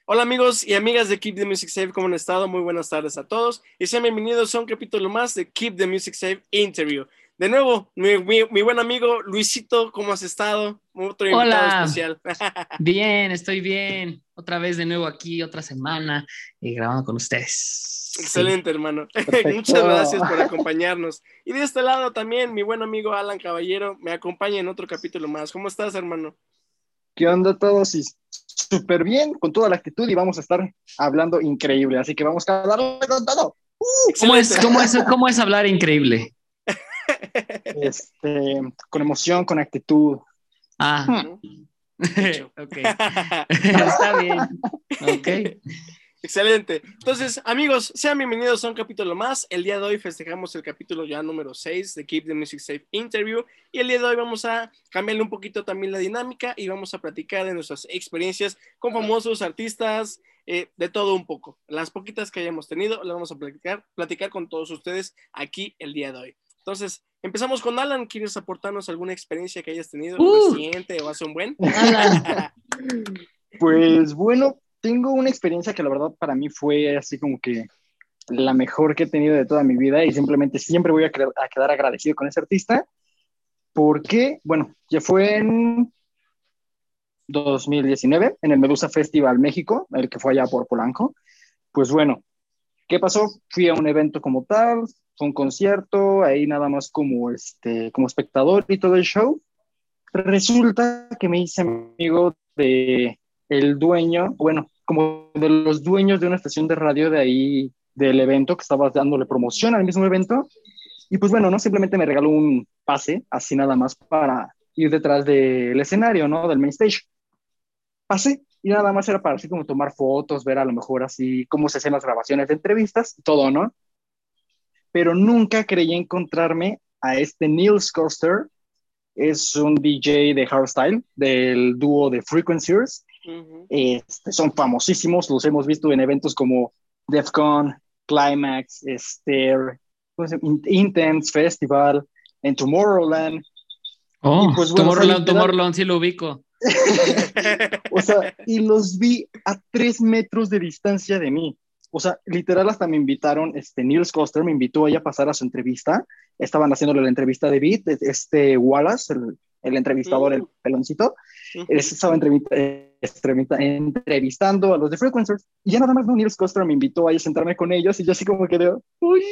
Hola amigos y amigas de Keep the Music Safe, ¿cómo han estado? Muy buenas tardes a todos y sean bienvenidos a un capítulo más de Keep the Music Safe Interview. De nuevo, mi buen amigo Luisito, ¿cómo has estado? Otro invitado Hola, especial. bien, estoy bien. Otra vez de nuevo aquí, otra semana, grabando con ustedes. Sí. Excelente, hermano. Muchas Perfecto. gracias por acompañarnos. Y de este lado también, mi buen amigo Alan Caballero me acompaña en otro capítulo más. ¿Cómo estás, hermano? ¿Qué onda todos? Y súper bien, con toda la actitud y vamos a estar hablando increíble, así que vamos a darle con todo. ¿Cómo es, Excelente. cómo es, cómo es hablar increíble? Con emoción, con actitud. Ah, Hmm. ¿No? Hecho. ok. Está bien. Ok. Excelente. Entonces, amigos, sean bienvenidos a un capítulo más. El día de hoy festejamos el capítulo ya número 6 de Keep the Music Safe Interview. Y el día de hoy vamos a cambiarle un poquito también la dinámica y vamos a platicar de nuestras experiencias con famosos artistas, de todo un poco. Las poquitas que hayamos tenido, las vamos a platicar con todos ustedes aquí el día de hoy. Entonces, empezamos con Alan. ¿Quieres aportarnos alguna experiencia que hayas tenido Uh, reciente o hace un buen? Alan. Pues bueno, tengo una experiencia que la verdad para mí fue así como que la mejor que he tenido de toda mi vida y simplemente siempre voy a quedar agradecido con ese artista porque, bueno, ya fue en 2019 en el Medusa Festival México, el que fue allá por Polanco. Pues bueno, ¿qué pasó? Fui a un evento como tal, fue un concierto, ahí nada más como, como espectador y todo el show. Resulta que me hice amigo de el dueño, bueno, como de los dueños de una estación de radio de ahí, del evento, que estaba dándole promoción al mismo evento. Y pues bueno, no simplemente me regaló un pase, así nada más para ir detrás del escenario, ¿no? Del main stage. Pasé y nada más era para así como tomar fotos, ver a lo mejor así cómo se hacen las grabaciones de entrevistas, todo, ¿no? Pero nunca creí encontrarme a este Neil Coster, es un DJ de hardstyle del dúo de Frequencers. Uh-huh. Son famosísimos, los hemos visto en eventos como DEFCON, Climax, Intense Festival, en Tomorrowland. Y Oh, pues bueno, o sea, Tomorrowland, literal, Tomorrowland, sí lo ubico. o sea, y los vi a 3 metros de distancia de mí. O sea, literal hasta me invitaron, Niels Coster me invitó a pasar a su entrevista. Estaban haciéndole la entrevista de Beat, Wallace, el entrevistador, el peloncito. Él Uh-huh. estaba entrevistando a los de Frequencers. Y ya nada más, no, Niels Coster me invitó a sentarme con ellos y yo así como que de, uy,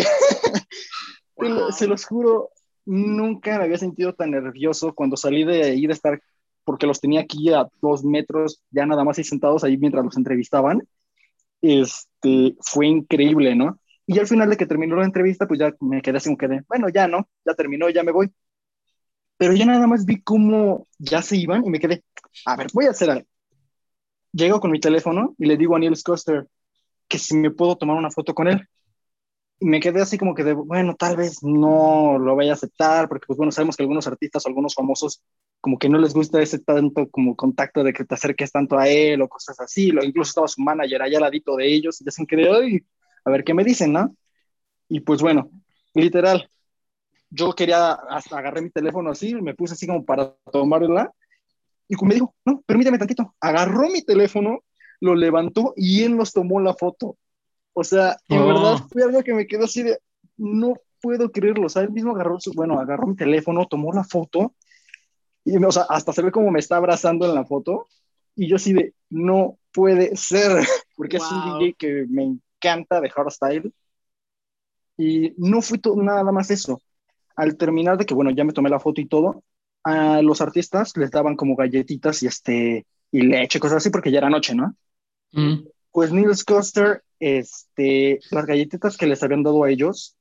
se Wow. los juro, nunca me había sentido tan nervioso cuando salí de ahí de estar, porque los tenía aquí a 2 metros, ya nada más ahí sentados ahí mientras los entrevistaban. Fue increíble, ¿no? Y al final de que terminó la entrevista, pues ya me quedé así como que de, bueno, ya no, ya terminó, ya me voy. Pero ya nada más vi cómo ya se iban y me quedé, a ver, voy a hacer algo. Llego con mi teléfono y le digo a Niels Coster que si me puedo tomar una foto con él. Y me quedé así como que de, bueno, tal vez no lo vaya a aceptar, porque pues bueno, sabemos que algunos artistas o algunos famosos como que no les gusta ese tanto como contacto de que te acerques tanto a él o cosas así, incluso estaba su manager allá al ladito de ellos y dicen que de, ay, a ver qué me dicen, ¿no? Y pues bueno, literal, yo quería, hasta agarré mi teléfono así, me puse así como para tomarla y me dijo, no, permíteme tantito, agarró mi teléfono, lo levantó y él nos tomó la foto. O sea, en verdad Oh, fue algo que me quedó así de, no puedo creerlo. O sea, él mismo agarró mi teléfono, tomó la foto y, o sea, hasta se ve como me está abrazando en la foto. Y yo así de, no puede ser, porque es un Wow. DJ que me encanta de hardstyle. Y no fue nada más eso. Al terminar de que, bueno, ya me tomé la foto y todo, a los artistas les daban como galletitas y leche, cosas así, porque ya era noche, ¿no? mm. Pues Niels Coster, las galletitas que les habían dado a ellos,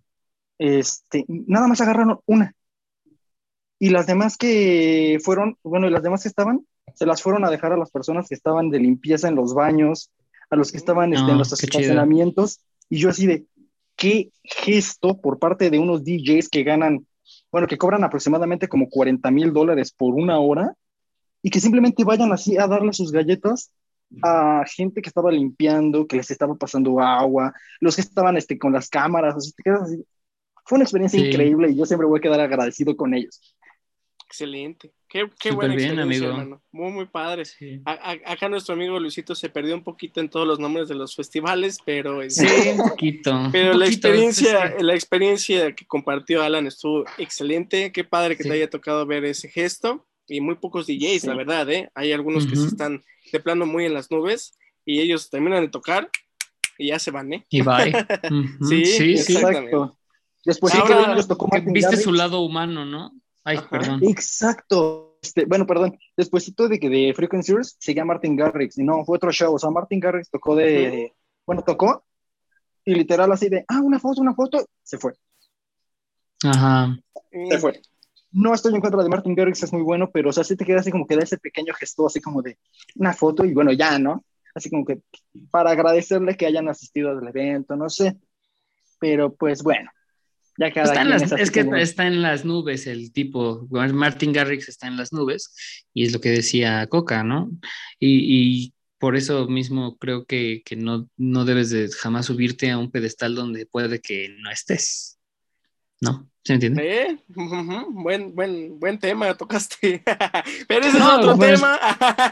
nada más agarraron una. Y las demás que fueron, bueno, y las demás que estaban, se las fueron a dejar a las personas que estaban de limpieza en los baños, a los que estaban en Oh, los qué chido. estacionamientos. Y yo así de, qué gesto por parte de unos DJs que ganan, bueno, que cobran aproximadamente como $40,000 por una hora y que simplemente vayan así a darle sus galletas a gente que estaba limpiando, que les estaba pasando agua, los que estaban con las cámaras, así te quedas así. Fue una experiencia Sí. increíble y yo siempre voy a quedar agradecido con ellos. Excelente. Qué Súper buena bien, experiencia, amigo. hermano. Muy, muy padre. Sí. Acá nuestro amigo Luisito se perdió un poquito en todos los nombres de los festivales, pero, Sí, un poquito. pero Un poquito. Es que, la experiencia que compartió Alan estuvo excelente. Qué padre que te sí. haya tocado ver ese gesto. Y muy pocos DJs, la Sí. verdad, ¿eh? Hay algunos que sí Ujú. están de plano muy en las nubes y ellos terminan de tocar y ya se van, ¿eh? Y bye. Ujú. Sí, Sí, sí. exactamente. Exacto. Después Sí, qué Ahora, les bueno tocó que Martin viste su Garrix. lado humano, ¿no? Ay, ajá. perdón. Exacto. Bueno, perdón. Despuésito de que de Frequencies seguía Martin Garrix. Y no, fue otro show. O sea, Martin Garrix tocó Ujú. bueno, tocó y literal así de, una foto, se fue. Ajá. Se fue. No estoy en contra de Martin Garrix, es muy bueno, pero o sea, sí te queda así como que da ese pequeño gesto, así como de una foto y bueno, ya, ¿no? Así como que para agradecerle que hayan asistido al evento, no sé. Pero pues bueno, ya cada Está en quien las, es así es que como, está en las nubes el tipo. Martin Garrix está en las nubes y es lo que decía Coca, ¿no? Y por eso mismo creo que no debes de jamás subirte a un pedestal donde puede que no estés, ¿no? ¿Se entiende? Ujú. Buen tema tocaste. Pero ese es No, otro bueno, tema.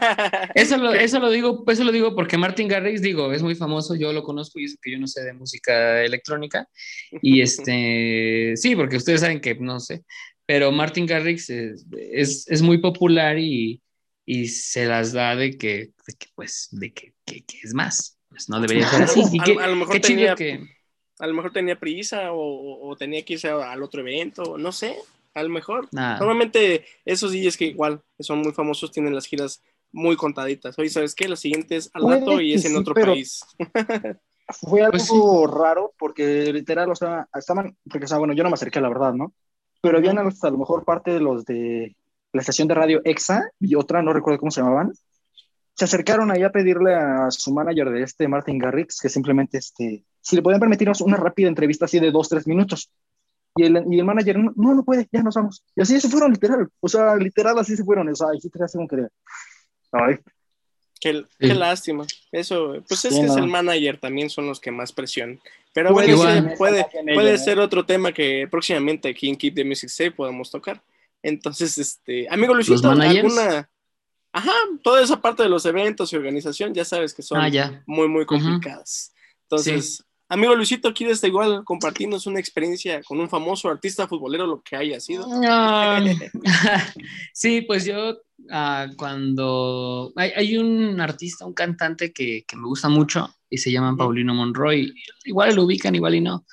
eso lo digo porque Martin Garrix, digo, es muy famoso, yo lo conozco y eso que yo no sé de música electrónica. Y sí, porque ustedes saben que no sé, pero Martin Garrix es muy popular y se las da pues, que es más. Pues no debería ser así. Y A lo qué mejor chido tenía, que, a lo mejor tenía prisa o tenía que irse al otro evento, no sé, a lo mejor. nada, Normalmente esos DJs que igual que son muy famosos tienen las giras muy contaditas. Oye, ¿sabes qué? La siguiente es al rato puede y que es en sí, otro pero país. fue pues sí. algo raro porque literal, o sea, estaban, porque, o sea, bueno, yo no me acerqué, la verdad, ¿no? Pero habían Ujú. hasta a lo mejor parte de los de la estación de radio EXA y otra, no recuerdo cómo se llamaban, se acercaron ahí a pedirle a su manager de Martin Garrix, que simplemente, si le podían permitirnos una rápida entrevista así de 2, 3 minutos. Y el manager, no, no puede, ya nos vamos. Y así se fueron, literal. O sea, literal, así se fueron. O sea, y sí te hace como que, ay, Qué Sí. lástima. Eso, pues es sí, que es el no. manager, también son los que más presionan. Pero bueno, Puede que ese Igual, meta magia en puede ella, ¿eh? ser otro tema que próximamente aquí en Keep the Music Safe podamos tocar. Entonces, amigo los Luisito, managers. ¿alguna? Ajá, toda esa parte de los eventos y organización, ya sabes que Ah, son ya. muy, muy Ujú. complicadas. Sí. Entonces, amigo Luisito, ¿quieres igual compartirnos una experiencia con un famoso artista futbolero, lo que haya sido? Ah, sí, pues yo cuando hay un artista, un cantante que me gusta mucho y se llama Ujú. Paulino Monroy. Igual lo ubican, igual y no.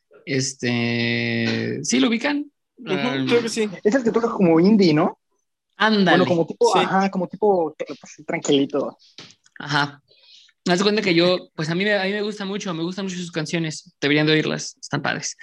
Sí lo ubican. Ujú, creo que sí. Es el que toca como indie, ¿no? Bueno, Ándale. como tipo, Sí. ajá, como tipo pues, tranquilito. Ajá. Me das cuenta que yo, pues a mí me gustan mucho sus canciones. Deberían de oírlas, están padres.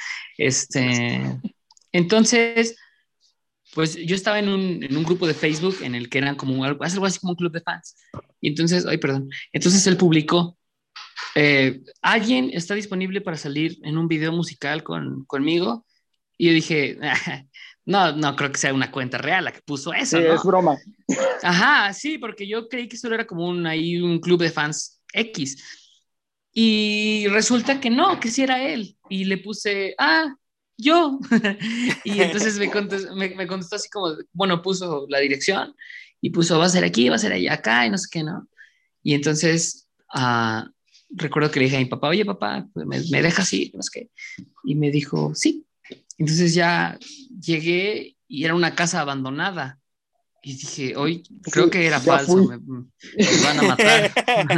Entonces, pues yo estaba en un grupo de Facebook en el que eran como algo así como un club de fans. Y entonces, ay, perdón. Entonces él publicó, alguien está disponible para salir en un video musical conmigo. Y yo dije, no, no creo que sea una cuenta real la que puso Sí, eso, es ¿no? broma. Ajá, sí, porque yo creí que solo era como ahí un club de fans X. Y resulta que no, que sí era él. Y le puse, yo. Y entonces me contestó así como, bueno, puso la dirección y puso, va a ser aquí, va a ser allá, acá y no sé qué, ¿no? Y entonces recuerdo que le dije a mi papá, oye, papá, pues, me dejas ir, no sé qué. Y me dijo, sí. Entonces ya llegué y era una casa abandonada. Y dije, hoy creo Sí, que era ya falso, fui. me van a matar.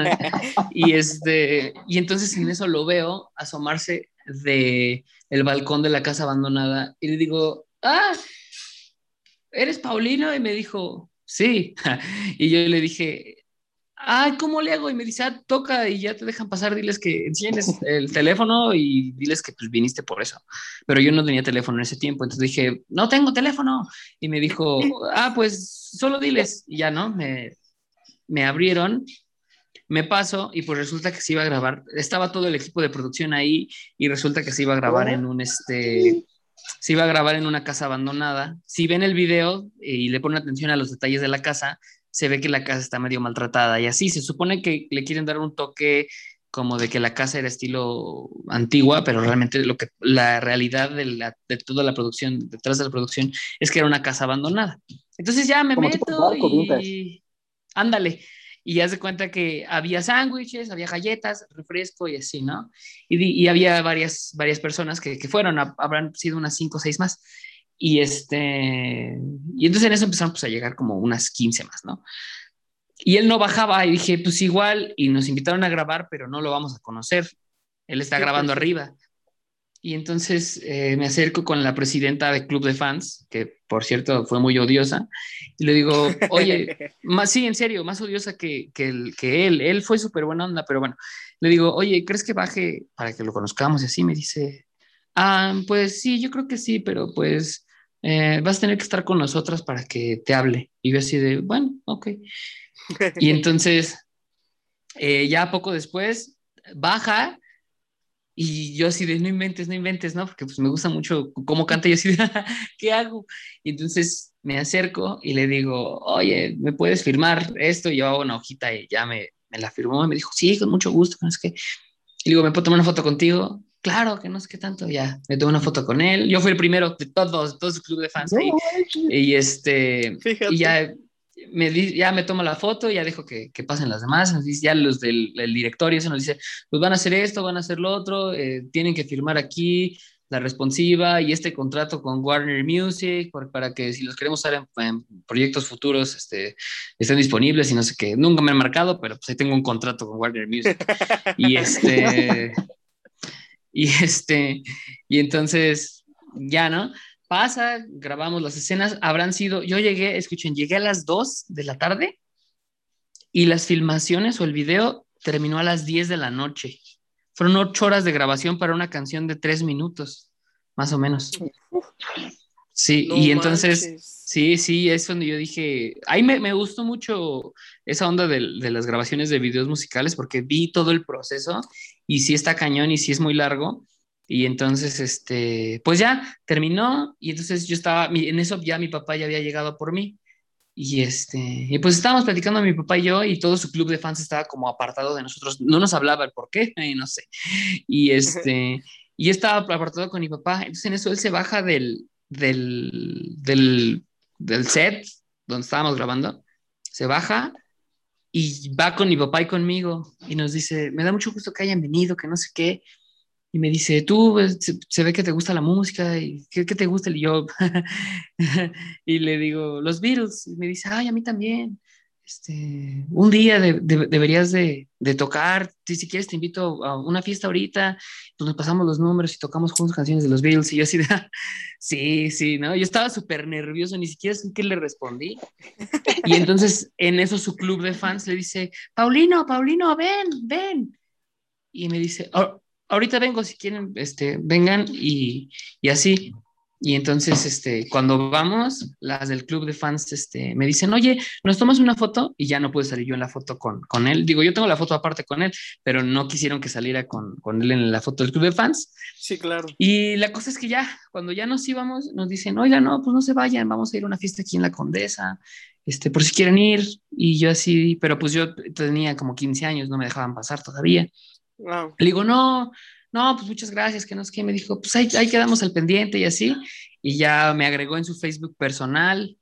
Y entonces en eso lo veo asomarse de el balcón de la casa abandonada y le digo, ¿eres Paulino? Y me dijo, sí. Y yo le dije, ¿cómo le hago? Y me dice, toca y ya te dejan pasar, diles que enseñes el teléfono y diles que pues viniste por eso. Pero yo no tenía teléfono en ese tiempo, entonces dije, no tengo teléfono. Y me dijo, pues solo diles. Y ya, ¿no? Me abrieron, me paso y pues resulta que se iba a grabar, estaba todo el equipo de producción ahí y resulta que se iba a grabar Oh, se iba a grabar en una casa abandonada. Si ven el video y le ponen atención a los detalles de la casa, se ve que la casa está medio maltratada y así se supone que le quieren dar un toque como de que la casa era estilo antigua, pero realmente la realidad de toda la producción, detrás de la producción, es que era una casa abandonada. Entonces ya me Como tipo meto barco vintage. y ándale. Y haz de cuenta que había sándwiches, había galletas, refresco y así, ¿no? Y había varias personas que fueron, habrán sido unas 5 o 6 más. Y entonces en eso empezaron pues, a llegar como unas 15 más, ¿no? Y él no bajaba y dije, pues igual, y nos invitaron a grabar, pero no lo vamos a conocer. Él está Sí, grabando pues sí. arriba. Y entonces me acerco con la presidenta del club de fans, que por cierto fue muy odiosa, y le digo, oye, sí, en serio, más odiosa que él. Él fue súper buena onda, pero bueno, le digo, oye, ¿crees que baje para que lo conozcamos? Y así me dice, pues sí, yo creo que sí, pero pues vas a tener que estar con nosotras para que te hable. Y yo así de, bueno, ok. Y entonces, ya poco después, baja y yo así de, no inventes, ¿no? Porque pues me gusta mucho cómo canta y yo así de, ¿qué hago? Y entonces me acerco y le digo, oye, ¿me puedes firmar esto? Y yo hago una hojita y ya me la firmó y me dijo, sí, con mucho gusto, no sé qué. Y digo, ¿me puedo tomar una foto contigo? Claro, que no sé qué tanto, ya. Me tomé una foto con él. Yo fui el primero de todo su club de fans ahí. No manches. Y y Fíjate. ya ya me toma la foto, ya dejo que pasen las demás, nos dice, ya los del directorio, eso nos dice, pues van a hacer esto, van a hacer lo otro, tienen que firmar aquí la responsiva y este contrato con Warner Music para que si los queremos usar en proyectos futuros estén disponibles y no sé qué. Nunca me han marcado, pero pues ahí tengo un contrato con Warner Music. Y y y entonces ya, ¿no? Pasa, grabamos las escenas, habrán sido, yo llegué, escuchen, llegué a las 2 de la tarde y las filmaciones o el video terminó a las 10 de la noche. Fueron 8 horas de grabación para una canción de 3 minutos, más o menos. Sí, No y entonces, manches. sí, sí, es donde yo dije, ahí me gustó mucho esa onda de las grabaciones de videos musicales porque vi todo el proceso y sí está cañón y sí es muy largo. Y entonces, pues ya terminó y entonces yo estaba, en eso ya mi papá ya había llegado por mí. Y pues estábamos platicando mi papá y yo y todo su club de fans estaba como apartado de nosotros, no nos hablaba el por qué, no sé. Y y estaba apartado con mi papá, entonces en eso él se baja del set donde estábamos grabando, se baja y va con mi papá y conmigo y nos dice, me da mucho gusto que hayan venido, que no sé qué. Y me dice, tú, pues, se ve que te gusta la música, y ¿qué te gusta? Y yo, y le digo, los Beatles. Y me dice, ay, a mí también. Un día deberías de tocar, si quieres te invito a una fiesta ahorita, pues nos pasamos los números y tocamos juntos canciones de los Beatles. Y yo así de, sí, sí, ¿no? Yo estaba súper nervioso, ni siquiera sé qué le respondí. Y entonces en eso su club de fans le dice, Paulino, Paulino, ven, ven. Y me dice, ahorita vengo, si quieren, vengan y así. Y entonces, cuando vamos, las del club de fans, me dicen, oye, ¿nos tomas una foto? Y ya no pude salir yo en la foto con él. Digo, yo tengo la foto aparte con él, pero no quisieron que saliera con él en la foto del club de fans. Sí, claro. Y la cosa es que ya, cuando ya nos íbamos, nos dicen, oiga, no, pues no se vayan, vamos a ir a una fiesta aquí en la Condesa, por si quieren ir. Y yo así, pero pues yo tenía como 15 años, no me dejaban pasar todavía. Wow. Le digo, no, no, pues muchas gracias, que no sé qué. Me dijo, pues ahí quedamos al pendiente y así. Y ya me agregó en su Facebook personal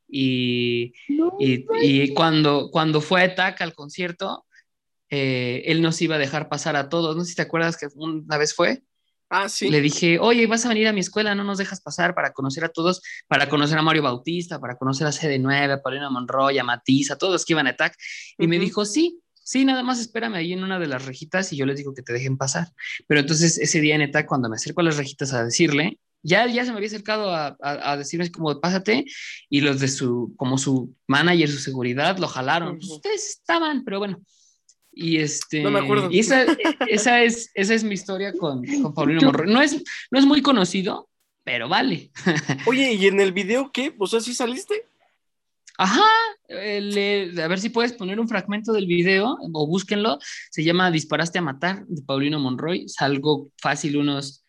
No y cuando fue a ETAC al concierto, él nos iba a dejar pasar a todos. No sé si te acuerdas que una vez fue. Ah, Le sí. dije, oye, vas a venir a mi escuela, no nos dejas pasar para conocer a todos, para conocer a Mario Bautista, para conocer a CD9, a Paulina Monroy, a Matiz, a todos los que iban a ETAC. Y me Ujú. dijo, sí, sí, nada más espérame ahí en una de las rejitas y yo les digo que te dejen pasar. Pero entonces ese día en ETAC, cuando me acerco a las rejitas a decirle, ya se me había acercado a decirme como, pásate, y los de como su manager, su seguridad, lo jalaron. Pues Ujú. ustedes estaban, pero bueno. Y, No me acuerdo. y esa es mi historia con Paulino yo, Monroy. No es muy conocido, pero vale. Oye, ¿y en el video qué? O sea, ¿sí saliste? Ajá, a ver si puedes poner un fragmento del video o búsquenlo. Se llama Disparaste a matar de Paulino Monroy. Salgo fácil unos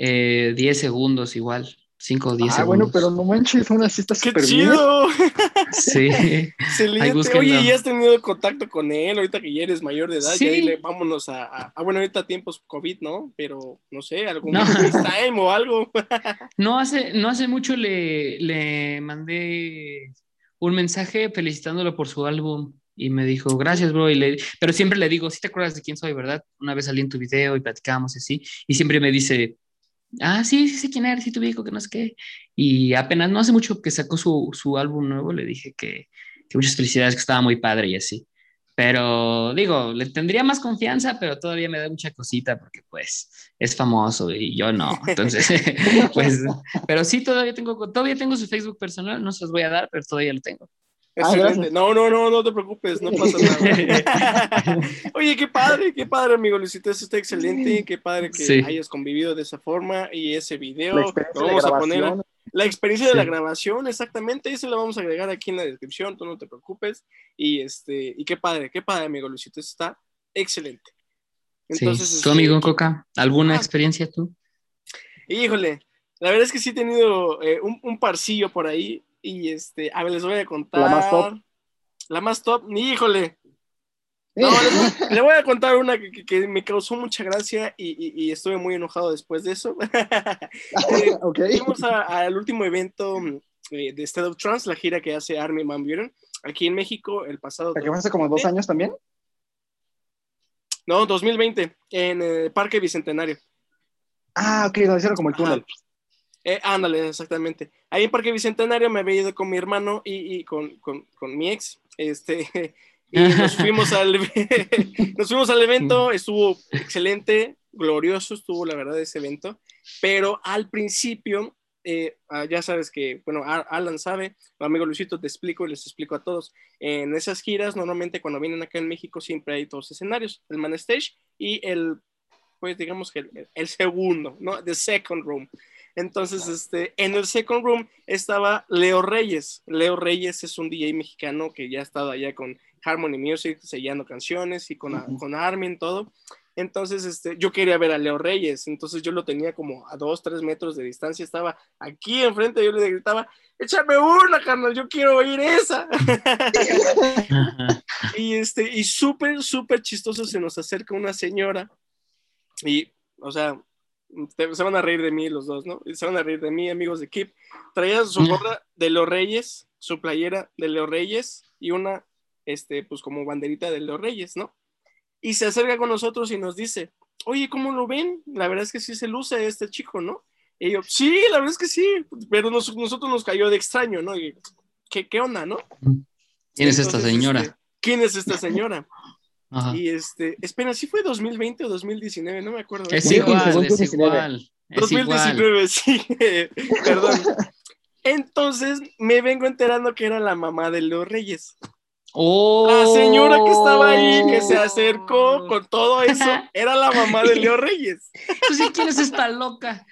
10 segundos igual, 5 o 10 bueno, pero segundos. no manches, aún así está ¡Qué súper bien. chido! Sí, ahí Excelente. búsquenlo. Oye, ¿ya has tenido contacto con él? Ahorita que ya eres mayor de edad, ya Sí. dile, vámonos bueno, ahorita tiempos COVID, ¿no? Pero, no sé, algún No. FaceTime o algo. No hace mucho le mandé un mensaje felicitándolo por su álbum y me dijo, gracias, bro. Pero siempre le digo, sí te acuerdas de quién soy, ¿verdad? Una vez salí en tu video y platicamos y así. Y siempre me dice, sí, sí sé quién eres, sí te ubico, que no sé qué. Y apenas no hace mucho que sacó su álbum nuevo, le dije que muchas felicidades, que estaba muy padre y así. Pero digo, le tendría más confianza, pero todavía me da mucha cosita porque pues es famoso y yo no. Entonces, pues, pero sí, todavía tengo su Facebook personal, no se los voy a dar, pero todavía lo tengo. Excelente. Gracias. No te preocupes, no pasa nada. Oye, qué padre, amigo Luisito, eso está excelente, qué padre que Sí, hayas convivido de esa forma y ese La video lo experiencia de vamos a poner, grabación. la experiencia de la sí, grabación, exactamente, eso lo vamos a agregar aquí en la descripción, tú no te preocupes, y qué padre, amigo Luisito, eso está excelente. sí. Entonces, ¿Tu amigo Coca? ¿Alguna experiencia tú? híjole, la verdad es que sí he tenido un parcillo por ahí, y a ver, les voy a La más top. contar. La más top, híjole. No, le voy a contar una que me causó mucha gracia y estuve muy enojado después de eso. Ok. Fuimos al último evento de State of Trance, la gira que hace Armin van Buuren, aquí en México el pasado ¿La que fue hace como 2 años también? No, 2020, en el Parque Bicentenario. Ok, lo hicieron como el Ajá. túnel. Ándale, exactamente. Ahí en Parque Bicentenario me había ido con mi hermano y con mi ex, y nos fuimos nos fuimos al evento, estuvo excelente, glorioso estuvo la verdad ese evento, pero al principio, ya sabes que, bueno, Alan sabe, amigo Luisito, te explico y les explico a todos, en esas giras normalmente cuando vienen acá en México siempre hay dos escenarios, el main stage y pues digamos que el segundo, ¿no? The second room. Entonces, en el second room estaba Leo Reyes. Leo Reyes es un DJ mexicano que ya ha estado allá con Harmony Music, sellando canciones y con Armin, todo. Entonces, yo quería ver a Leo Reyes, entonces yo lo tenía como a 2, 3 metros de distancia, estaba aquí enfrente, yo le gritaba, échame una, carnal, yo quiero oír esa. Y súper, súper chistoso se nos acerca una señora y, o sea, se van a reír de mí los dos, ¿no? Se van a reír de mí, amigos de Kip. Traía su gorra de Leo Reyes, su playera de Leo Reyes y una, pues como banderita de Leo Reyes, ¿no? Y se acerca con nosotros y nos dice, oye, ¿cómo lo ven? La verdad es que sí se luce este chico, ¿no? Y yo, sí, la verdad es que sí, pero nosotros nos cayó de extraño, ¿no? Y, ¿qué onda, no? ¿Quién es esta Entonces, señora? ¿quién es esta señora? Ajá. Y espera, ¿sí fue 2020 o 2019? No me acuerdo. Es 2015, igual, es 2019. igual, es igual. 2019, sí, perdón. Entonces me vengo enterando que era la mamá de Leo Reyes. La señora que estaba ahí, que se acercó ¡Oh! con todo eso, era la mamá de Leo Reyes. Pues sí, ¿quién es esta loca?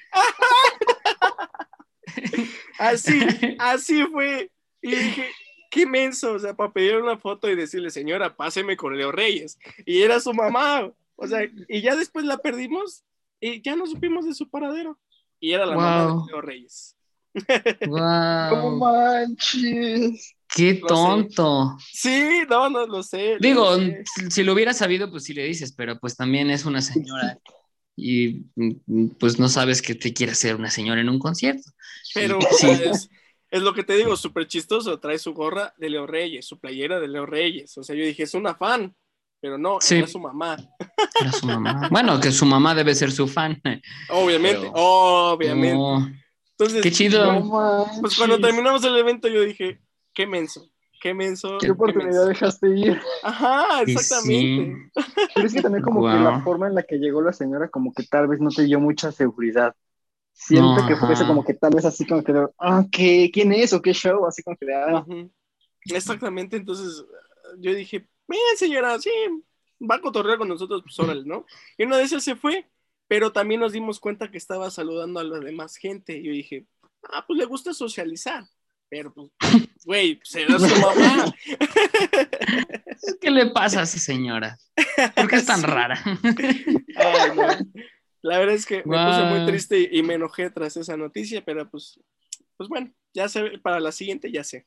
Así fue. Y yo dije, qué menso, o sea, para pedir una foto y decirle, señora, páseme con Leo Reyes. Y era su mamá, o sea, y ya después la perdimos y ya no supimos de su paradero. Y era la mamá de Wow, Leo Reyes. No wow, manches. qué Lo sé. tonto. Sí, no lo sé, lo Digo, sé. si lo hubiera sabido, pues sí le dices, pero pues también es una señora y pues no sabes que te quiere hacer una señora en un concierto. Y Pero, o sea, sí, es lo que te digo, súper chistoso. Trae su gorra de Leo Reyes, su playera de Leo Reyes. O sea, yo dije, es una fan, pero no, era su sí, mamá. era su mamá. Bueno, que su mamá debe ser su fan, Obviamente, pero obviamente. oh, qué Entonces, No chido. pues cuando manches. terminamos el evento, yo dije, qué menso, qué ¿Qué menso, qué oportunidad menso. dejaste ir? Ajá, Y sí, exactamente. Pero es que también como que la wow. forma en la que llegó la señora como que tal vez no te dio mucha seguridad. No, Siento que fue eso como ajá. que tal vez así como que, ¿quién es o qué show? Así como que, Ujú. Exactamente, entonces yo dije, bien señora, sí, va a cotorrear con nosotros, pues órale, ¿no? Y una de esas se fue, pero también nos dimos cuenta que estaba saludando a la demás gente. Y yo dije, pues le gusta socializar, pero pues, güey, pues era su mamá. ¿Qué le pasa a esa señora? ¿Por qué es tan Sí. rara? Ay, no. La verdad es que me puse muy Wow. triste y me enojé tras esa noticia, pero pues pues bueno, ya sé, para la siguiente ya sé.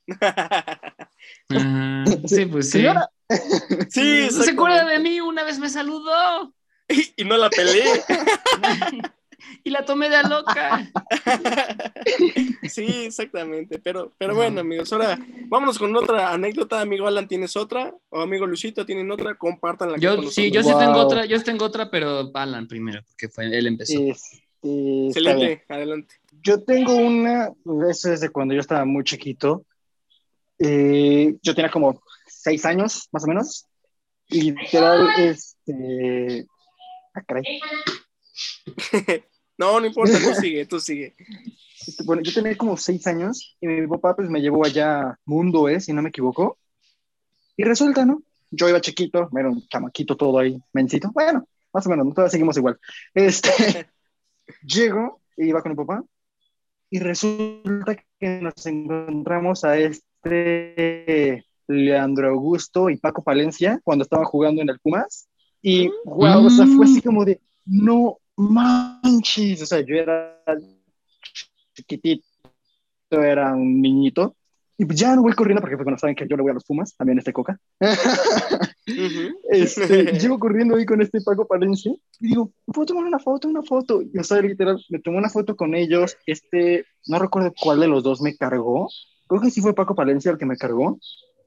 Sí, pues sí. Señora. Sí, ¿No se acuerda de exactamente. mí? Una vez me saludó Y no la peleé. y la tomé de a loca. Sí, exactamente. Pero bueno, No. amigos, ahora vámonos con otra anécdota. Amigo Alan, ¿tienes otra? O amigo Luisito, ¿tienen otra? Compártanla aquí con Yo nosotros. sí tengo Wow. otra, pero Alan primero, porque él empezó. Está bien. Excelente, adelante. Yo tengo una, eso es de cuando yo estaba muy chiquito. Yo tenía como 6 años, más o menos. Y literal, caray. No, no importa, tú sigue, tú sigue. Bueno, yo tenía como 6 años y mi papá pues me llevó allá a Mundo, si no me equivoco. Y resulta, ¿no? Yo iba chiquito, era un chamaquito todo ahí, mencito. Bueno, más o menos, ¿no? Todavía seguimos igual. Llego, y iba con mi papá, y resulta que nos encontramos a Leandro Augusto y Paco Palencia cuando estaban jugando en el Pumas. Y, wow, o sea, fue así como de, no manches. O sea, yo era chiquitito, era un niñito. Y pues ya no voy corriendo porque pues, bueno, saben que yo le voy a los Pumas, también Coca. Ujú. Llego corriendo ahí con Paco Palencia y digo, ¿puedo tomar una foto, una foto? Y o sea, literal, me tomé una foto con ellos. No recuerdo cuál de los dos me cargó. Creo que sí fue Paco Palencia el que me cargó.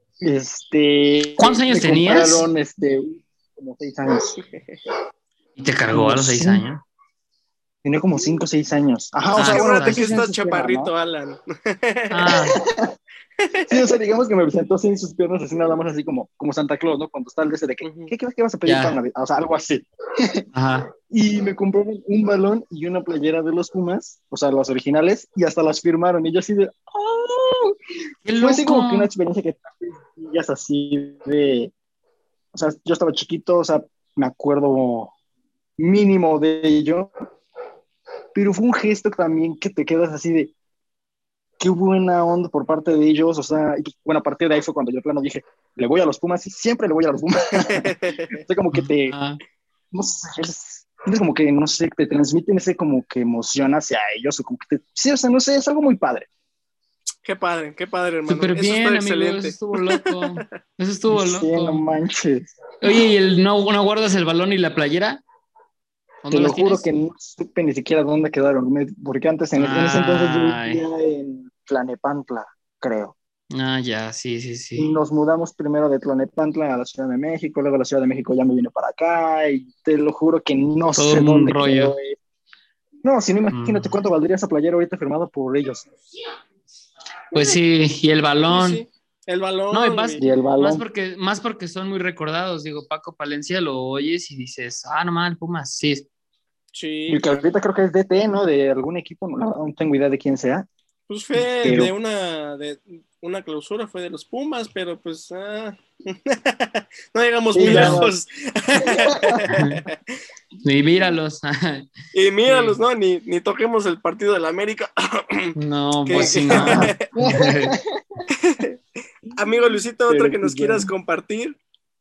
¿Cuántos años Me tenías? compraron, como 6 años. Y te cargó a Como los 6 cinco, años. tenía como 5 o 6 años. Ajá, o Es Ah, sea, que bueno, acuérdate con que 6 años está se espera, ¿no? chaparrito, Alan. ah, Sí, o sea, digamos que me presentó así en sus piernas, así nada más, así como Santa Claus, ¿no? Cuando está el de ese de que, Ujú. ¿qué vas a pedir para ya, Navidad? O sea, algo así. ajá. Y me compraron un balón y una playera de los Pumas, o sea, los originales, y hasta las firmaron. Y yo así de, ¡oh! ¡Qué Fue así como que una loco! experiencia que ya es así de, o sea, yo estaba chiquito, o sea, me acuerdo mínimo de ello, pero fue un gesto también que te quedas así de, qué buena onda por parte de ellos, o sea, y bueno, a partir de ahí fue cuando yo plano dije, le voy a los Pumas y siempre le voy a los Pumas. O sea, como que Ah, no sé, es como que, no sé, te transmiten ese como que emoción hacia ellos, o como que sí, o sea, no sé, es algo muy padre. Qué padre, hermano. súper Eso está bien, amigo. Eso excelente. estuvo loco. Eso estuvo Sí, no loco. manches. Oye, ¿y no guardas el balón y la playera? ¿O Te no lo las juro tienes? que no supe ni siquiera dónde quedaron, porque antes, en ese entonces yo Ay, vivía en Tlanepantla, creo. ya, sí, sí, Y sí. nos mudamos primero de Tlanepantla a la Ciudad de México, luego a la Ciudad de México ya me vine para acá, y te lo juro que no Todo sé un dónde rollo. quedó. No, si no, imagínate Mm. cuánto valdría esa playera ahorita firmada por ellos. Pues sí, y el Sí, balón. sí. El No, y balón, más, güey. Y el balón. más porque son muy recordados. Digo, Paco Palencia lo oyes y dices, no mal, Pumas, sí. Sí, Y que ahorita creo que es DT, ¿no? De algún equipo, no tengo idea de quién sea, pues fue pero de una clausura, fue de los Pumas, pero pues no llegamos sí, muy nada más. lejos. Y míralos. Y míralos, Sí. ¿no? Ni toquemos el partido de la América. No, pues que, sí, no. Amigo Luisito, otra Pero que pues nos quieras bueno. compartir.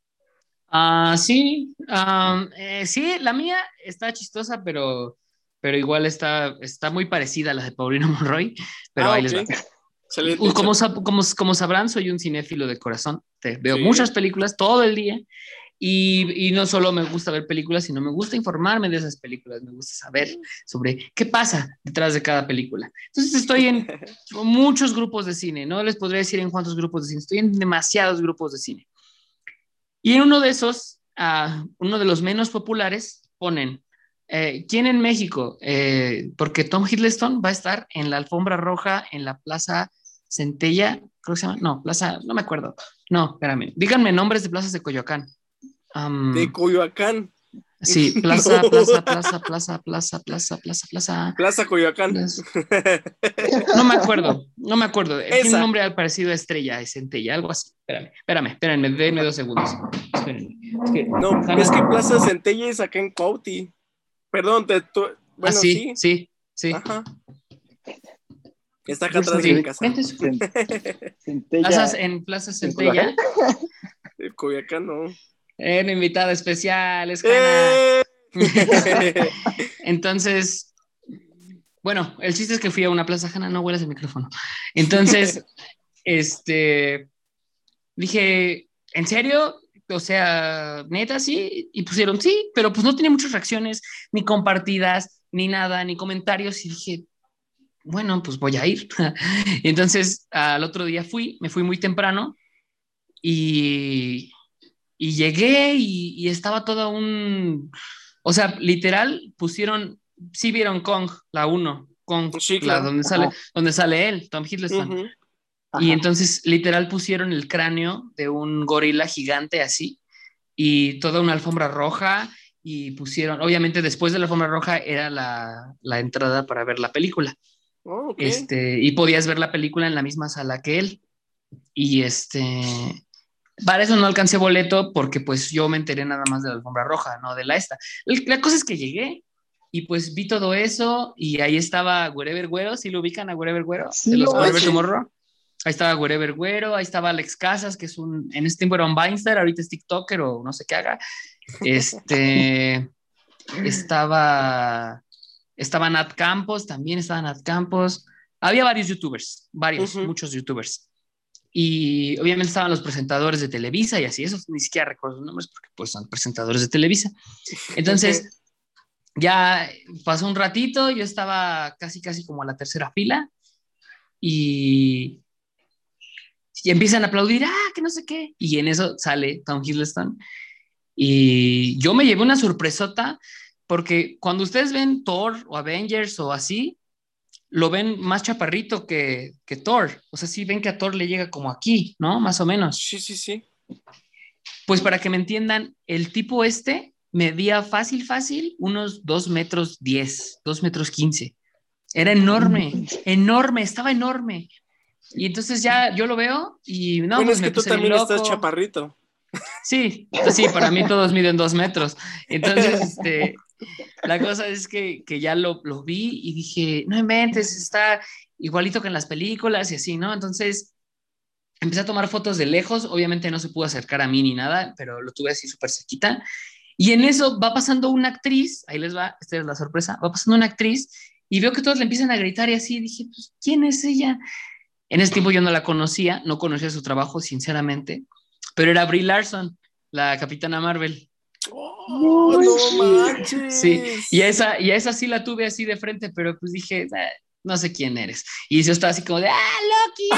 Sí, sí, la mía está chistosa, pero igual está muy parecida a la de Paulino Monroy, pero ahí Ok. les va. Excelente, échale. Como sabrán, soy un cinéfilo de corazón. Veo Sí. muchas películas todo el día y no solo me gusta ver películas, sino me gusta informarme de esas películas, me gusta saber sobre qué pasa detrás de cada película. Entonces estoy en muchos grupos de cine, no les podría decir en cuántos grupos de cine, estoy en demasiados grupos de cine. Y en uno de esos, uno de los menos populares, ponen, ¿quién en México? Porque Tom Hiddleston va a estar en la alfombra roja en la Plaza Centella, creo que se llama, no, Plaza, no me acuerdo. No, espérame, díganme nombres de plazas de Coyoacán. De Um, Coyoacán. sí, Plaza, No. Plaza, Plaza, Plaza, Plaza, Plaza, Plaza, Plaza, Plaza Coyoacán. Plaza. No me acuerdo, no me acuerdo. Tiene un Esa. nombre parecido a Estrella, es Centella, algo así. Espérenme, denme 2 segundos. Espérenme. Es que No, es que Plaza Centella es acá en Cuautí. Perdón, bueno, sí, sí. sí, sí. Ajá. Está acá Yo atrás siento de mi que Sí, casa. plazas Centella en Plaza en Coyoacán. Centella. Coyoacán no. Un invitado especial, es Hanna. ¡Eh! Entonces, Bueno, el chiste es que fui a una plaza ajena, no huelas el micrófono. Entonces, dije, ¿en serio? O sea, neta, sí. Y pusieron sí, pero pues no tenía muchas reacciones, ni compartidas, ni nada, ni comentarios. Y dije, bueno, pues voy a ir. Entonces, al otro día me fui muy temprano y, y llegué y estaba todo o sea, literal pusieron, sí vieron Kong, la uno Kong, Sí, la claro. donde sale él, Tom Hiddleston. Ujú. Y Ajá. entonces literal pusieron el cráneo de un gorila gigante así y toda una alfombra roja y pusieron, obviamente después de la alfombra roja era la entrada para ver la película. Oh, ok. Y podías ver la película en la misma sala que él. Y para eso no alcancé boleto porque pues yo me enteré nada más de la alfombra roja, no de la esta. La cosa es que llegué y pues vi todo eso y ahí estaba Wherever Güero, ¿sí lo ubican a Wherever Güero? Sí, De los lo Wherever Sí. Tomorrow. Ahí estaba Wherever Güero, ahí estaba Alex Casas, que en ese tiempo era un Vimester, ahorita es TikToker o no sé qué haga. Este, estaba, estaba Nat Campos, también estaba Nat Campos. Había varios youtubers, Ujú. muchos youtubers. Y obviamente estaban los presentadores de Televisa y así, eso ni siquiera recuerdo sus nombres porque pues son presentadores de Televisa. Entonces, ya pasó un ratito, yo estaba casi, casi como a la tercera fila y, y empiezan a aplaudir, que no sé qué. Y en eso sale Tom Hiddleston y yo me llevé una sorpresota porque cuando ustedes ven Thor o Avengers o así, lo ven más chaparrito que Thor. O sea, sí ven que a Thor le llega como aquí, ¿no? Más o menos. Sí, sí, sí. Pues para que me entiendan, el tipo medía fácil, fácil, unos 2 metros 10, 2 metros 15. Era enorme, enorme, estaba enorme. Y entonces ya yo lo veo y no, Bueno, pues es me que tú puse bien también estás loco. chaparrito. Sí, sí, para mí todos miden 2 metros. Entonces, la cosa es que ya lo vi y dije, no inventes, está igualito que en las películas y así, ¿no? Entonces empecé a tomar fotos de lejos, obviamente no se pudo acercar a mí ni nada, pero lo tuve así súper cerquita. Y en eso va pasando una actriz, ahí les va, esta es la sorpresa, va pasando una actriz y veo que todos le empiezan a gritar y así, dije, pues, ¿quién es ella? En ese tiempo yo no la conocía, no conocía su trabajo, sinceramente, pero era Brie Larson, la Capitana Marvel. Oh, No no Sí, manches. y a esa sí la tuve así de frente, pero pues dije, no sé quién eres. Y yo estaba así como de, Loki,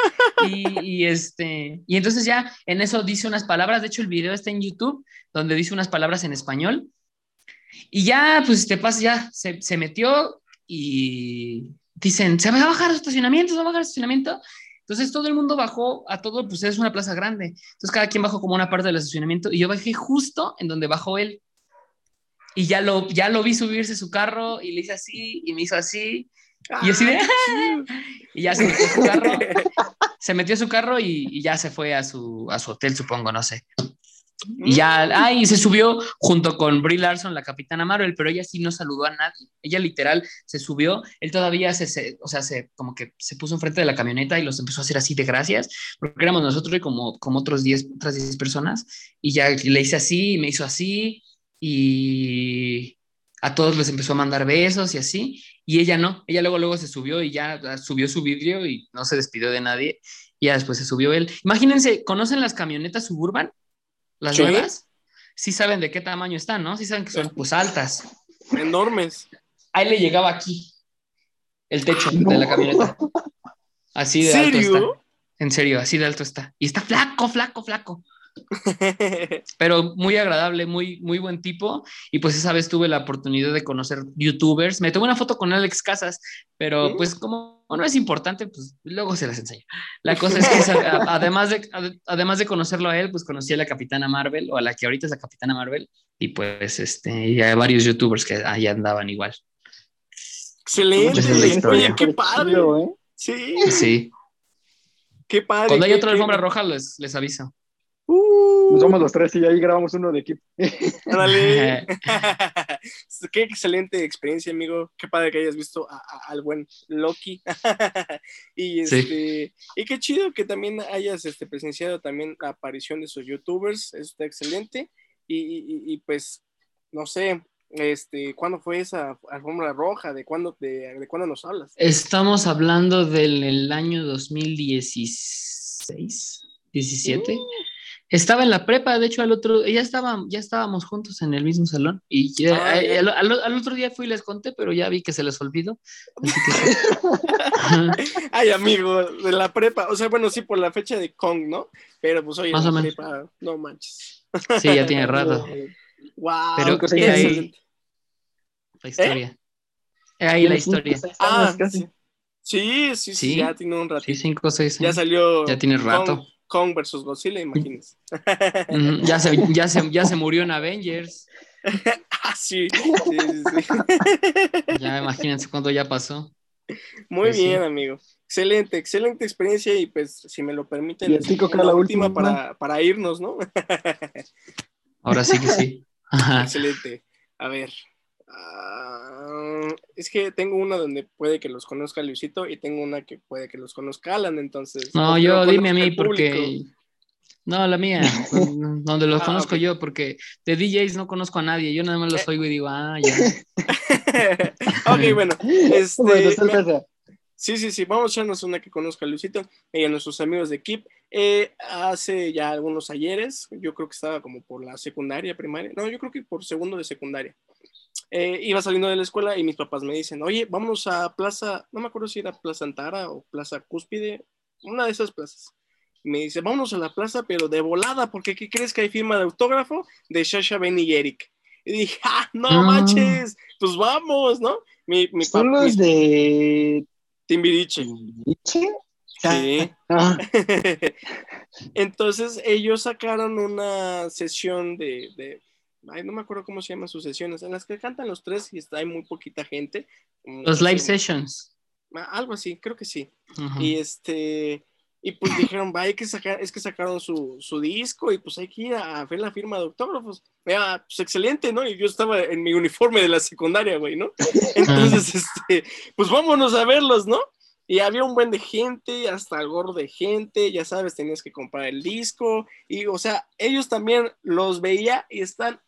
y entonces ya en eso dice unas palabras, de hecho el video está en YouTube, donde dice unas palabras en español, y ya, pues te pasa, ya se metió y dicen, se va a bajar a estacionamiento, se va a bajar a estacionamiento. Entonces todo el mundo bajó a todo, pues es una plaza grande. Entonces cada quien bajó como una parte del estacionamiento y yo bajé justo en donde bajó él. Y ya lo vi subirse su carro y le hice así y me hizo así. Y así Ah, de, qué chido. y ya se metió a su carro y ya se fue a su hotel, supongo, no sé. Y ya, y se subió junto con Brie Larson, la Capitana Marvel, pero ella sí no saludó a nadie. Ella literal se subió, él todavía o sea, como que se puso enfrente de la camioneta y los empezó a hacer así de gracias, porque éramos nosotros y como otras 10 personas, y ya le hice así, y me hizo así, y a todos les empezó a mandar besos y así, y ella no, ella luego se subió y ya subió su vidrio y no se despidió de nadie, y ya después se subió él. Imagínense, ¿conocen las camionetas Suburban? Las Sí, nuevas, sí saben de qué tamaño están, ¿no? Sí saben que son pues altas. enormes. Ahí le llegaba aquí el techo de la no. camioneta. Así de alto ¿Serio? está. En serio, así de alto está. Y está flaco, flaco, flaco. Pero muy agradable, muy, muy buen tipo. Y pues esa vez tuve la oportunidad de conocer youtubers. Me tomé una foto con Alex Casas, pero ¿Mm? pues como no es importante, pues luego se las enseño. La cosa es que además de conocerlo a él, pues conocí a la Capitana Marvel o a la que ahorita es la Capitana Marvel. Y pues y a varios youtubers que ahí andaban igual. No Esa es la manches, Excelente. está Oye, historia. qué súper padre. chido, ¿eh? Sí, Sí. qué padre. Cuando hay otra alfombra roja, les aviso. Nos Uh, somos los tres y ahí grabamos uno de equipo. ándale. Qué excelente experiencia, amigo. Qué padre que hayas visto al buen Loki. Y Sí. y qué chido que también hayas presenciado también la aparición de sus youtubers. Eso está excelente. Y pues, no sé, ¿Cuándo fue esa alfombra roja? ¿De cuándo nos hablas? Estamos hablando del año 2016, 17. Estaba en la prepa, de hecho, ya estábamos juntos en el mismo salón. Y Ah, ya. al otro día fui y les conté, pero ya vi que se les olvidó. Así que sí. Ay, amigo, de la prepa. O sea, bueno, sí, por la fecha de Kong, ¿no? Pero pues oye, Más la o menos. prepa, no manches. Sí, ya tiene rato. Wow, Pero 5 o 6 he años. ahí excelente. la ¿Eh? historia. He ahí la Tiene 5 o historia. 6 años Ah, casi. sí. Sí, ya Sí, tiene un sí, ratito. 5 o 6 Ya años. Ya salió tiene Kong, rato. Kong versus Godzilla, imagínense. Ya se murió en Avengers. Ah, sí, sí. Ya imagínense cuánto ya pasó. Muy Pues bien, sí. amigo. Excelente experiencia y pues si me lo permiten ¿Y a les ti, dejo Coca, una la última última? para irnos, ¿no? Ahora sí que sí. Ajá. Excelente. A ver. Es que tengo una donde puede que los conozca Luisito y tengo una que puede que los conozca Alan, entonces, o No, que lo dime a conozca mí el público. porque. No, la mía, donde los Ah, ok. conozco yo, porque de DJs no conozco a nadie. Yo nada más los Eh, oigo y digo, ya. ok, bueno. Pues esa. Sí. Vamos a echarnos una que conozca a Luisito y a nuestros amigos de Keep. Hace ya algunos ayeres, yo creo que estaba como por la secundaria, primaria. No, yo creo que por segundo de secundaria. Iba saliendo de la escuela y mis papás me dicen, oye, vámonos a Plaza, no me acuerdo si era Plaza Antara o Plaza Cúspide, una de esas plazas. Me dice, vámonos a la plaza, pero de volada, porque ¿qué crees que hay firma de autógrafo de Sasha, Ben y Eric? Y dije, no Ah, manches, pues vamos, ¿no? ¿Son los Mis de Timbiriche, Timbiriche? sí. Ah, Entonces ellos sacaron una sesión ay, no me acuerdo cómo se llaman sus sesiones, en las que cantan los tres y hay muy poquita gente, los no live sé, sessions. algo así, creo que sí. Ajá. Y y pues dijeron, va, hay que sacar, es que sacaron su disco y pues hay que ir a ver la firma de autógrafos. Pues excelente, ¿no? Y yo estaba en mi uniforme de la secundaria, güey, ¿no? Ah. Entonces, pues vámonos a verlos, ¿no? Y había un buen de gente, hasta el gorro de gente, ya sabes, tenías que comprar el disco, y o sea, ellos también los veía y están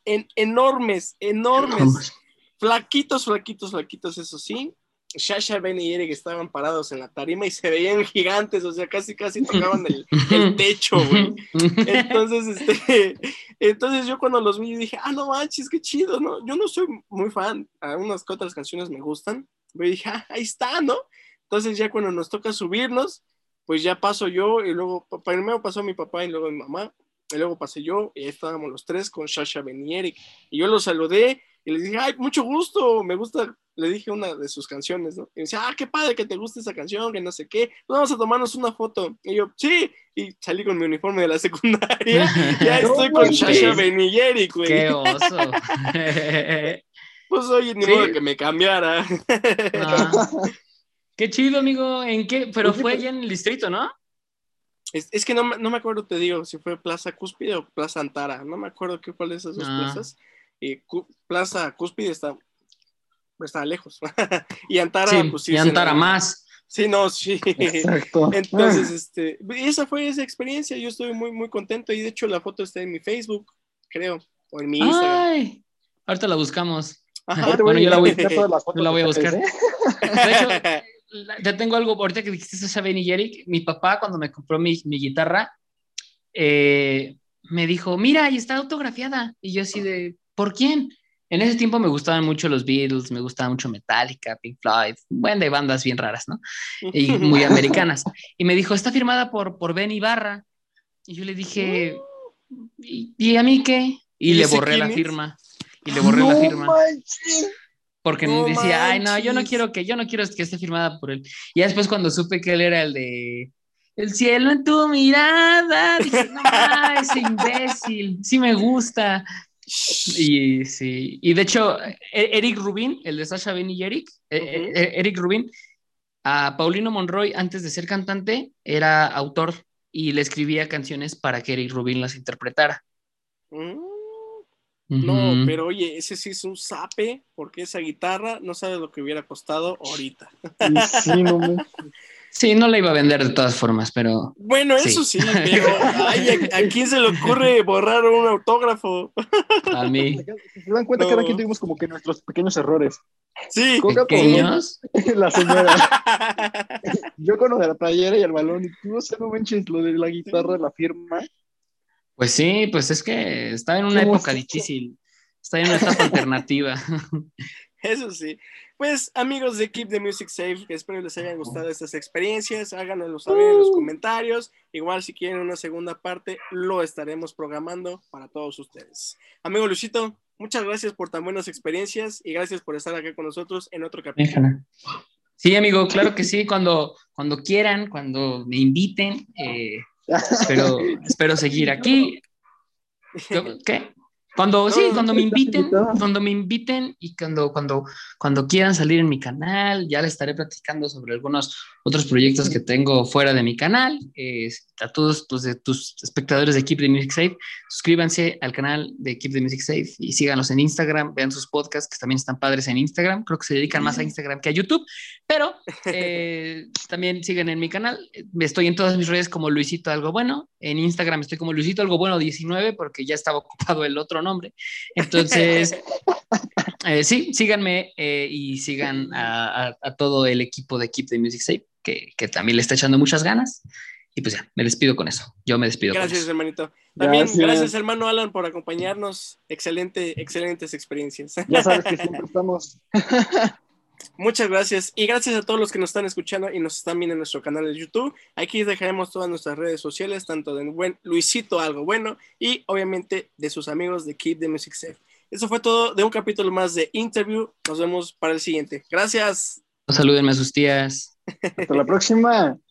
enormes, flaquitos, eso sí. Sasha, Ben y Eric estaban parados en la tarima y se veían gigantes, o sea, casi tocaban el techo, güey. Entonces, entonces yo cuando los vi dije, no manches, qué chido, ¿no? Yo no soy muy fan, algunas que otras canciones me gustan, pero dije, ahí está, ¿no? Entonces ya cuando nos toca subirnos, pues ya paso yo y luego, primero pasó mi papá y luego mi mamá, y luego pasé yo y ahí estábamos los tres con Sasha, Ben y Eric. Y yo los saludé y les dije, ay, mucho gusto, me gusta, le dije una de sus canciones, ¿no? Y me dice, qué padre que te guste esa canción, que no sé qué, pues vamos a tomarnos una foto. Y yo, sí, y salí con mi uniforme de la secundaria, ya no estoy con Sasha, manches. Ben y Eric, güey. Qué oso. Pues oye, ni modo Sí. que me cambiara. Ah, qué chido, amigo. ¿En qué? Pero Oye, fue pero allá en el distrito, ¿no? Es que no me acuerdo, te digo, si fue Plaza Cúspide o Plaza Antara. No me acuerdo qué cuál de esas dos Ah, plazas. Plaza Cúspide está lejos. Y Antara, sí, pues sí, y es en Antara la. más. Sí, no, sí. exacto. Entonces, esa fue esa experiencia. Yo estoy muy, muy contento. Y de hecho, la foto está en mi Facebook, creo, o en mi Instagram. Ay, ahorita la buscamos. Ajá. Ahorita Bueno, voy a identificar todas las yo fotos la de voy a ustedes, buscar. ¿eh? De hecho, ya tengo algo, ahorita que dijiste Sasha, Ben y Eric, mi papá cuando me compró mi guitarra, me dijo, mira, ahí está autografiada. Y yo así de, ¿por quién? En ese tiempo me gustaban mucho los Beatles, me gustaba mucho Metallica, Pink Floyd, bueno, de bandas bien raras, ¿no? Y muy americanas. Y me dijo, está firmada por Ben Ibarra. Y yo le dije, ¿y a mí qué? Y ¿Y le ese borré la quién es? firma. Y le borré la No firma. manches. Porque No decía, ay, no, manches. yo no quiero que esté firmada por él. Y ya después cuando supe que él era el de El cielo en tu mirada, dije, no mames, ese imbécil, sí me gusta. Y sí, y de hecho, Eric Rubin, el de Sasha, Ben y Eric, Ujú. Eric Rubin, a Paulino Monroy, antes de ser cantante, era autor y le escribía canciones para que Eric Rubin las interpretara. Mm. No, Ujú. pero oye, ese sí es un zape, porque esa guitarra no sabe lo que hubiera costado ahorita. Y sí, no manches. Sí, no la iba a vender de todas formas, pero... Bueno, eso sí, pero ay, ¿a quién se le ocurre borrar un autógrafo? A mí, Si se dan cuenta, No. cada quien tuvimos como que nuestros pequeños errores. Sí. Coca por pequeños. la señora. Yo con lo de la playera y el balón, y tú, o sea, no manches, lo de la guitarra, la firma. Pues sí, pues es que estaba en una ¿Cómo época está? difícil, estaba en una etapa alternativa. Eso sí. Pues amigos de Keep the Music Safe, espero les hayan gustado estas experiencias, háganoslo saber en los comentarios. Igual si quieren una segunda parte, lo estaremos programando para todos ustedes. Amigo Luisito, muchas gracias por tan buenas experiencias y gracias por estar acá con nosotros en otro capítulo. Sí, amigo, claro que sí, cuando quieran, cuando me inviten, espero seguir aquí. ¿Qué? Cuando me inviten y cuando quieran salir en mi canal, ya les estaré platicando sobre algunos otros proyectos que tengo fuera de mi canal. A todos de tus espectadores de Keep the Music Safe, suscríbanse al canal de Keep the Music Safe y síganos en Instagram, vean sus podcasts que también están padres en Instagram. Creo que se dedican más a Instagram que a YouTube, pero también sigan en mi canal. Estoy en todas mis redes como Luisito Algo Bueno. En Instagram estoy como Luisito Algo Bueno 19 porque ya estaba ocupado el otro nombre. Entonces, sí, síganme y sigan a todo el equipo de Keep the Music Safe, que también le está echando muchas ganas. Y pues ya, me despido con eso. Yo me despido con Gracias, eso. hermanito. También gracias, hermano Alan, por acompañarnos. Excelentes experiencias. Ya sabes que siempre estamos. Muchas gracias y gracias a todos los que nos están escuchando y nos están viendo en nuestro canal de YouTube. Aquí dejaremos todas nuestras redes sociales, tanto de Luisito Algo Bueno y obviamente de sus amigos de Keep the Music Safe. Eso fue todo de un capítulo más de Interview. Nos vemos para el siguiente. Gracias. Salúdenme a sus tías. Hasta la próxima.